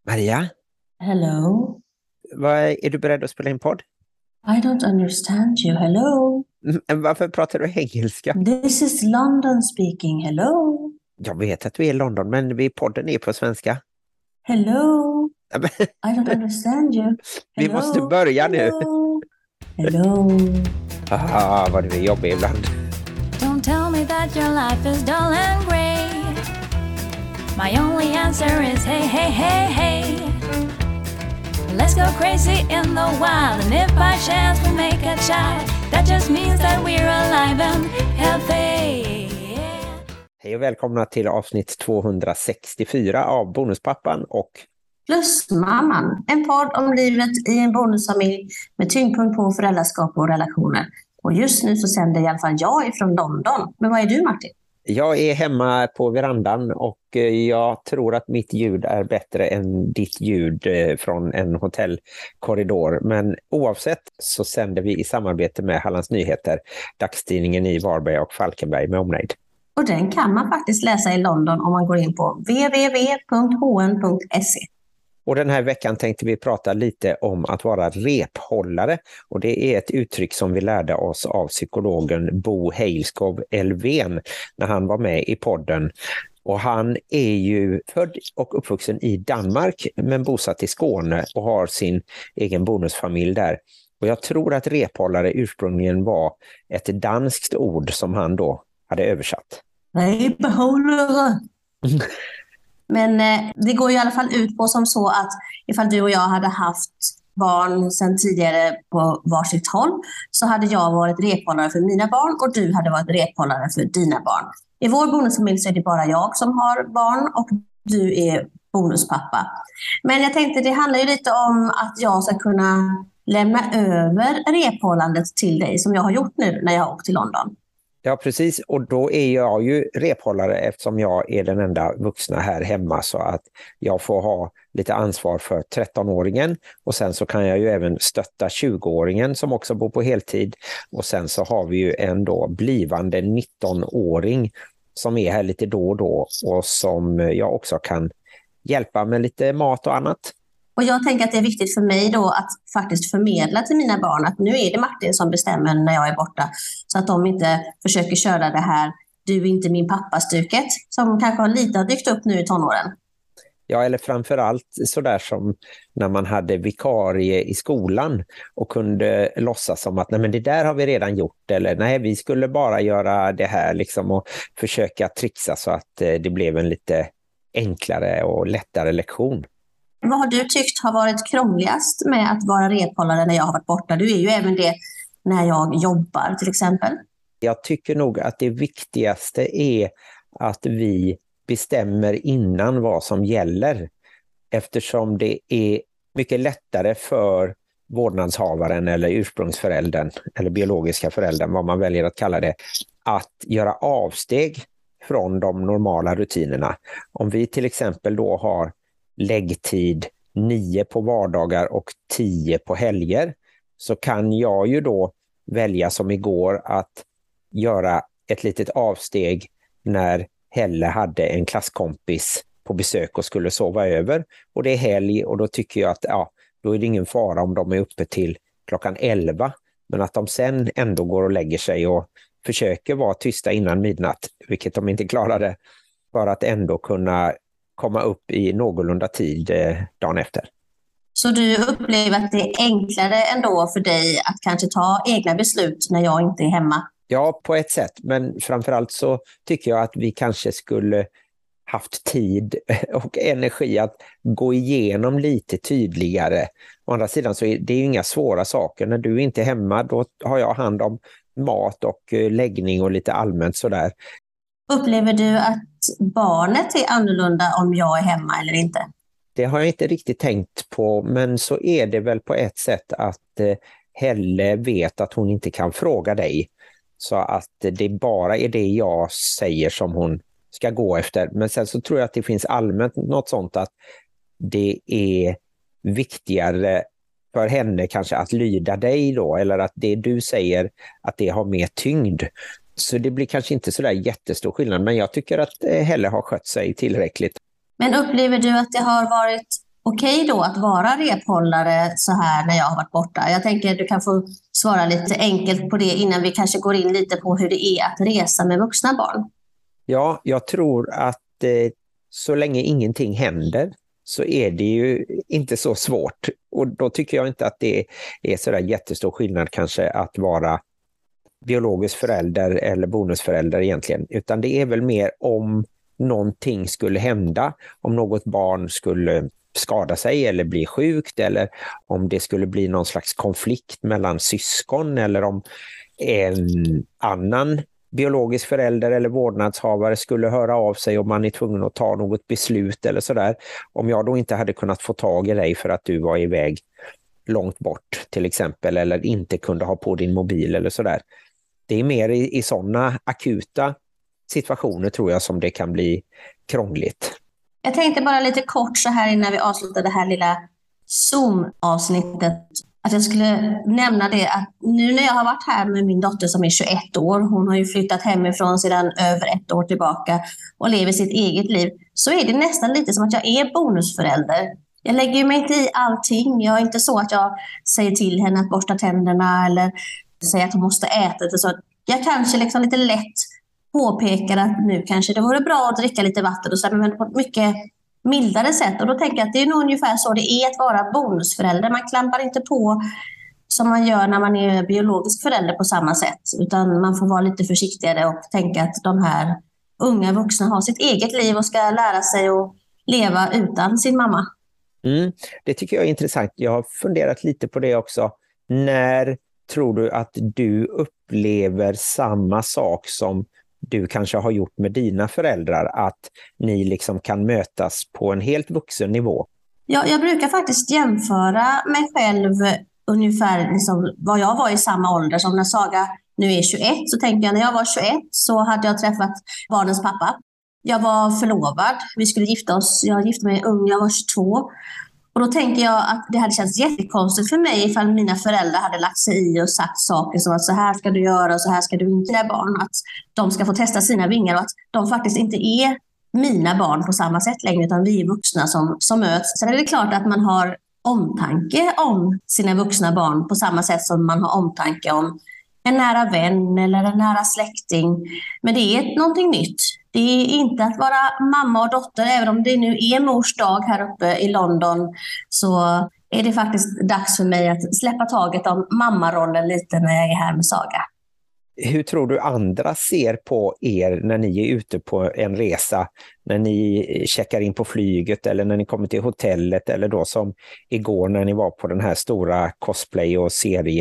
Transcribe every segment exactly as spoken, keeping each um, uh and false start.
Maria, Hello. vad, är du beredd att spela in podd? I don't understand you. Hello. Mm, Varför pratar du engelska? This is London speaking. Hello. Jag vet att du är i London, men vi podden är på svenska. Hello. Ja, men I don't understand you. vi måste Hello. börja nu. Hello. Hello. Ah, vad du är jobbig ibland. Don't tell me that your life is dull and grey. My only answer is hey, hey, hey, hey. Let's go crazy in the wild. And if by chance we make a child, that just means that we're alive and healthy. Hej och välkomna till avsnitt tvåhundrasextiofyra av Bonuspappan och Plus mamman. En podd om livet i en bonusfamilj med tyngdpunkt på föräldraskap och relationer. Och just nu så sänder i alla fall jag ifrån London. Men vad är du, Martin? jag är hemma på verandan och eh, jag tror att mitt ljud är bättre än ditt ljud eh, från en hotellkorridor. Men oavsett så sänder vi i samarbete med Hallands Nyheter, dagstidningen i Varberg och Falkenberg med omnejd. Och den kan man faktiskt läsa i London om man går in på w w w punkt h n punkt s e. Och den här veckan tänkte vi prata lite om att vara rephållare. Och det är ett uttryck som vi lärde oss av psykologen Bo Heilskov Elfven när han var med i podden. Och han är ju född och uppvuxen i Danmark men bosatt i Skåne och har sin egen bonusfamilj där. Och jag tror att rephållare ursprungligen var ett danskt ord som han då hade översatt. Rephållare. Men eh, det går ju i alla fall ut på som så att ifall du och jag hade haft barn sedan tidigare på varsitt håll så hade jag varit rephållare för mina barn och du hade varit rephållare för dina barn. I vår bonusfamilj så är det bara jag som har barn och du är bonuspappa. Men jag tänkte det handlar ju lite om att jag ska kunna lämna över rephållandet till dig som jag har gjort nu när jag har åkt till London. Ja, precis. Och då är jag ju rephållare eftersom jag är den enda vuxna här hemma så att jag får ha lite ansvar för trettonåringen och sen så kan jag ju även stötta tjugoåringen som också bor på heltid och sen så har vi ju en då blivande nittonåring som är här lite då och då och som jag också kan hjälpa med lite mat och annat. Och jag tänker att det är viktigt för mig då att faktiskt förmedla till mina barn att nu är det Martin som bestämmer när jag är borta. Så att de inte försöker köra det här du är inte min pappa-stuket som kanske har lite har dykt upp nu i tonåren. Ja, eller framförallt sådär som när man hade vikarie i skolan och kunde låtsas som att nej men det där har vi redan gjort eller nej vi skulle bara göra det här liksom och försöka trixa så att det blev en lite enklare och lättare lektion. Vad har du tyckt har varit krångligast med att vara rephållare när jag har varit borta? Du är ju även det när jag jobbar till exempel. Jag tycker nog att det viktigaste är att vi bestämmer innan vad som gäller eftersom det är mycket lättare för vårdnadshavaren eller ursprungsföräldern eller biologiska föräldern, vad man väljer att kalla det, att göra avsteg från de normala rutinerna. Om vi till exempel då har läggtid nio på vardagar och tio på helger så kan jag ju då välja som igår att göra ett litet avsteg när Helle hade en klasskompis på besök och skulle sova över och det är helg och då tycker jag att ja, då är det ingen fara om de är uppe till klockan elva men att de sen ändå går och lägger sig och försöker vara tysta innan midnatt vilket de inte klarade för att ändå kunna komma upp i någorlunda tid eh, dagen efter. Så du upplever att det är enklare ändå för dig att kanske ta egna beslut när jag inte är hemma? Ja, på ett sätt. Men framförallt så tycker jag att vi kanske skulle haft tid och energi att gå igenom lite tydligare. Å andra sidan så är det ju inga svåra saker. När du inte är hemma då har jag hand om mat och läggning och lite allmänt sådär. Upplever du att barnet är annorlunda om jag är hemma eller inte? Det har jag inte riktigt tänkt på men så är det väl på ett sätt att eh, Helle vet att hon inte kan fråga dig. Så att det bara är det jag säger som hon ska gå efter. Men sen så tror jag att det finns allmänt något sånt att det är viktigare för henne kanske att lyda dig då. Eller att det du säger att det har mer tyngd. Så det blir kanske inte sådär jättestor skillnad. Men jag tycker att Helle har skött sig tillräckligt. Men upplever du att det har varit okej då att vara rephållare så här när jag har varit borta? Jag tänker att du kan få svara lite enkelt på det innan vi kanske går in lite på hur det är att resa med vuxna barn. Ja, jag tror att eh, så länge ingenting händer så är det ju inte så svårt. Och då tycker jag inte att det är så där jättestor skillnad kanske att vara biologisk förälder eller bonusförälder egentligen. Utan det är väl mer om någonting skulle hända, om något barn skulle skada sig eller bli sjukt, eller om det skulle bli någon slags konflikt mellan syskon, eller om en annan biologisk förälder eller vårdnadshavare skulle höra av sig om man är tvungen att ta något beslut eller sådär. Om jag då inte hade kunnat få tag i dig för att du var iväg långt bort till exempel, eller inte kunde ha på din mobil eller sådär. Det är mer i, i sådana akuta situationer tror jag som det kan bli krångligt. Jag tänkte bara lite kort så här innan vi avslutar det här lilla Zoom-avsnittet. Att jag skulle nämna det att nu när jag har varit här med min dotter som är tjugoett år, hon har ju flyttat hemifrån sedan över ett år tillbaka och lever sitt eget liv, så är det nästan lite som att jag är bonusförälder. Jag lägger mig inte i allting. Jag är inte så att jag säger till henne att borsta tänderna eller säger att hon måste äta. Så jag kanske liksom lite lätt påpekar att nu kanske det vore bra att dricka lite vatten och så, men på ett mycket mildare sätt. Och då tänker jag att det är nog ungefär så det är att vara bonusförälder. Man klampar inte på som man gör när man är biologisk förälder på samma sätt. Utan man får vara lite försiktigare och tänka att de här unga vuxna har sitt eget liv och ska lära sig att leva utan sin mamma. Mm, det tycker jag är intressant. Jag har funderat lite på det också. När tror du att du upplever samma sak som du kanske har gjort med dina föräldrar, att ni liksom kan mötas på en helt vuxen nivå? Ja, jag brukar faktiskt jämföra mig själv ungefär liksom vad jag var i samma ålder som när Saga nu är tjugoett. Så tänker jag, när jag var tjugoett så hade jag träffat barnens pappa. Jag var förlovad, vi skulle gifta oss. Jag gifte mig ung, jag var tjugotvå. Och då tänker jag att det hade känts jättekonstigt för mig ifall mina föräldrar hade lagt sig i och sagt saker som att så här ska du göra och så här ska du inte göra barn. Att de ska få testa sina vingar och att de faktiskt inte är mina barn på samma sätt längre, utan vi är vuxna som, som möts. Sen är det klart att man har omtanke om sina vuxna barn på samma sätt som man har omtanke om en nära vän eller en nära släkting. Men det är någonting nytt. Det är inte att vara mamma och dotter, även om det nu är mors dag här uppe i London, så är det faktiskt dags för mig att släppa taget om mammarollen lite när jag är här med Saga. Hur tror du andra ser på er när ni är ute på en resa, när ni checkar in på flyget eller när ni kommer till hotellet, eller då som igår när ni var på den här stora cosplay- och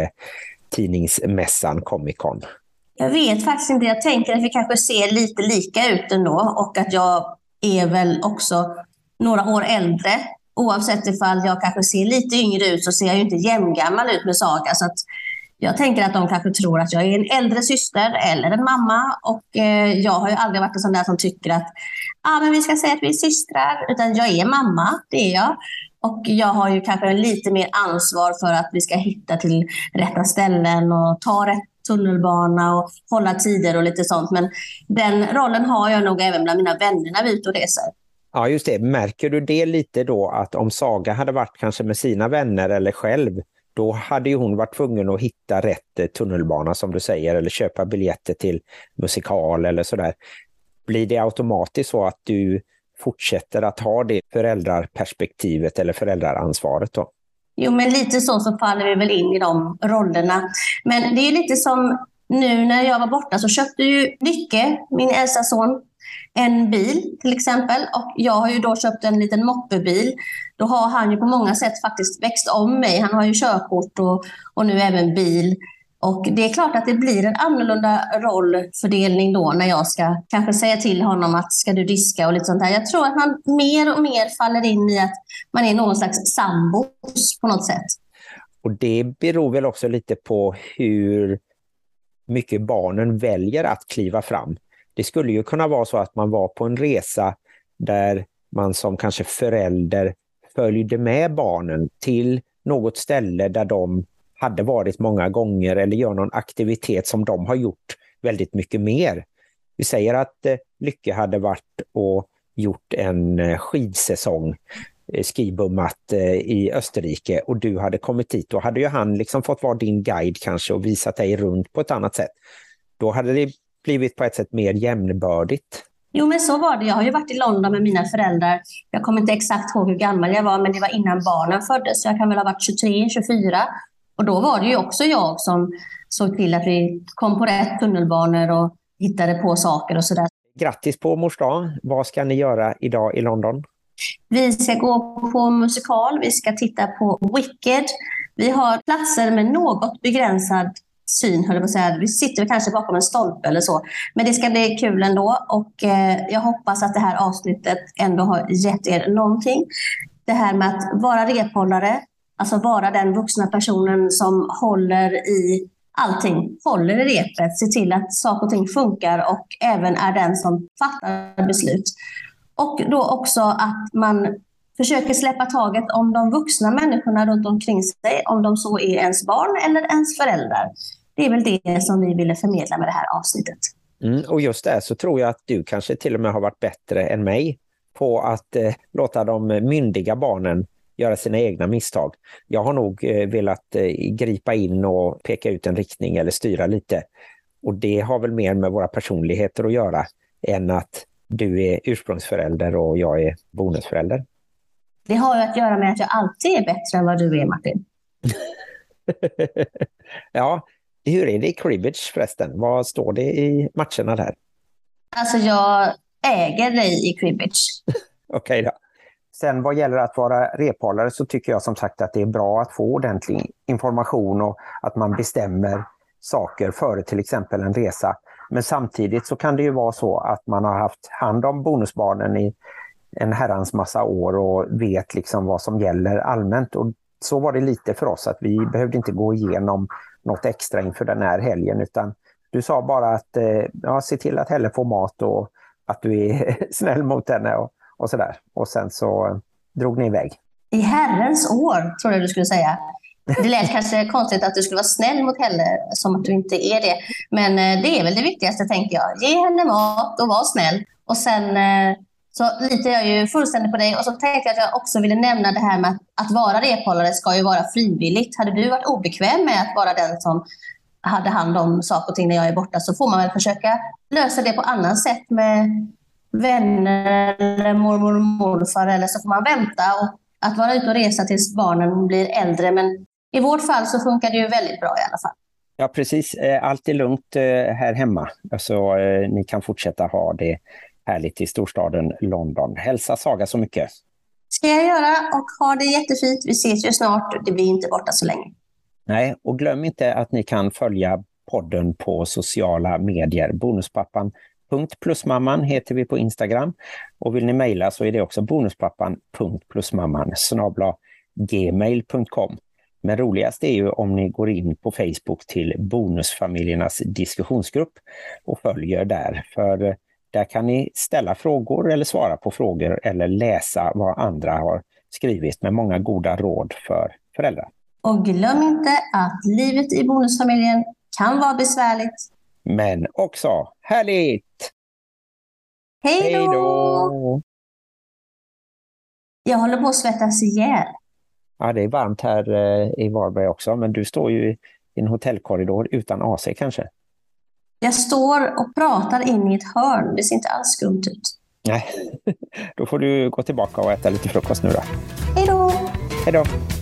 serietidningsmässan Comic-Con? Jag vet faktiskt inte. Jag tänker att vi kanske ser lite lika ut ändå, och att jag är väl också några år äldre. Oavsett ifall jag kanske ser lite yngre ut så ser jag ju inte jämngammal ut med Saga. Så att jag tänker att de kanske tror att jag är en äldre syster eller en mamma. Och eh, jag har ju aldrig varit en sån där som tycker att ah, men vi ska säga att vi är systrar. Utan jag är mamma, det är jag. Och jag har ju kanske lite mer ansvar för att vi ska hitta till rätta ställen och ta rätt tunnelbana och hålla tider och lite sånt. Men den rollen har jag nog även bland mina vänner när vi är ute och reser. Ja, just det. Märker du det lite då, att om Saga hade varit kanske med sina vänner eller själv, då hade ju hon varit tvungen att hitta rätt tunnelbana som du säger, eller köpa biljetter till musikal eller sådär. Blir det automatiskt så att du fortsätter att ha det föräldraperspektivet eller föräldraransvaret då? Jo, men lite så så faller vi väl in i de rollerna. Men det är lite som nu när jag var borta så köpte ju Lycke, min äldsta son, en bil till exempel. Och jag har ju då köpt en liten moppebil. Då har han ju på många sätt faktiskt växt om mig. Han har ju körkort och, och nu även bil. Och det är klart att det blir en annorlunda rollfördelning då när jag ska kanske säga till honom att ska du diska och lite sånt där. Jag tror att man mer och mer faller in i att man är någon slags sambos på något sätt. Och det beror väl också lite på hur mycket barnen väljer att kliva fram. Det skulle ju kunna vara så att man var på en resa där man som kanske förälder följde med barnen till något ställe där de hade varit många gånger eller gör någon aktivitet som de har gjort väldigt mycket mer. Vi säger att eh, Lycke hade varit och gjort en eh, skidsäsong eh, skibummat eh, i Österrike och du hade kommit dit, då hade ju han liksom fått vara din guide kanske och visat dig runt på ett annat sätt. Då hade det blivit på ett sätt mer jämnbördigt. Jo, men så var det. Jag har ju varit i London med mina föräldrar. Jag kommer inte exakt ihåg hur gammal jag var, men det var innan barnen föddes. Jag kan väl ha varit tjugotre, tjugofyra. Och då var det ju också jag som såg till att vi kom på rätt tunnelbanor och hittade på saker och sådär. Grattis på mors dag. Vad ska ni göra idag i London? Vi ska gå på musikal. Vi ska titta på Wicked. Vi har platser med något begränsad syn, höll jag på att säga. Vi sitter kanske bakom en stolpe eller så. Men det ska bli kul ändå. Och eh, jag hoppas att det här avsnittet ändå har gett er någonting. Det här med att vara rephållare. Alltså vara den vuxna personen som håller i allting. Håller i repet. Ser till att saker och ting funkar. Och även är den som fattar beslut. Och då också att man försöker släppa taget om de vuxna människorna runt omkring sig. Om de så är ens barn eller ens föräldrar. Det är väl det som vi ville förmedla med det här avsnittet. Mm, och just det så tror jag att du kanske till och med har varit bättre än mig på att eh, låta de myndiga barnen göra sina egna misstag. Jag har nog eh, velat eh, gripa in och peka ut en riktning eller styra lite. Och det har väl mer med våra personligheter att göra än att du är ursprungsförälder och jag är bonusförälder. Det har ju att göra med att jag alltid är bättre än vad du är, Martin. Ja, hur är det i cribbage förresten? Vad står det i matcherna där? Alltså jag äger dig i cribbage. Okej då. Sen vad gäller att vara rephållare så tycker jag som sagt att det är bra att få ordentlig information och att man bestämmer saker före till exempel en resa. Men samtidigt så kan det ju vara så att man har haft hand om bonusbarnen i en herrans massa år och vet liksom vad som gäller allmänt. Och så var det lite för oss att vi behövde inte gå igenom något extra inför den här helgen, utan du sa bara att ja, se till att Helle får mat och att du är snäll mot henne och, och sådär. Och sen så drog ni iväg. I herrens år, tror jag du skulle säga. Det lät kanske konstigt att du skulle vara snäll mot Helle, som att du inte är det. Men det är väl det viktigaste, tänker jag. Ge henne mat och var snäll. Och sen så litar jag ju fullständigt på dig. Och så tänkte jag att jag också ville nämna det här med att, att vara rephållare ska ju vara frivilligt. Hade du varit obekväm med att vara den som hade hand om saker och ting när jag är borta, så får man väl försöka lösa det på annat sätt med vänner eller mormor och morfar, eller så får man vänta och att vara ute och resa tills barnen blir äldre. Men i vårt fall så funkar det ju väldigt bra i alla fall. Ja, precis. Allt är lugnt här hemma. Alltså, ni kan fortsätta ha det härligt i storstaden London. Hälsa Saga så mycket. Ska jag göra, och ha det jättefint. Vi ses ju snart. Det blir inte borta så länge. Nej, och glöm inte att ni kan följa podden på sociala medier. Bonuspappan punkt plusmamman heter vi på Instagram. Och vill ni mejla så är det också bonuspappan punkt plusmamman snabel-a gmail punkt com. Men roligast är ju om ni går in på Facebook till Bonusfamiljernas diskussionsgrupp och följer där. För där kan ni ställa frågor eller svara på frågor eller läsa vad andra har skrivit med många goda råd för föräldrar. Och glöm inte att livet i bonusfamiljen kan vara besvärligt. Men också härligt! Hej då! Hej då! Jag håller på att svettas ihjäl. Ja, det är varmt här i Varberg också, men du står ju i en hotellkorridor utan A C kanske. Jag står och pratar in i ett hörn. Det ser inte alls skumt ut. Nej, då får du gå tillbaka och äta lite frukost nu då. Hej då! Hej då!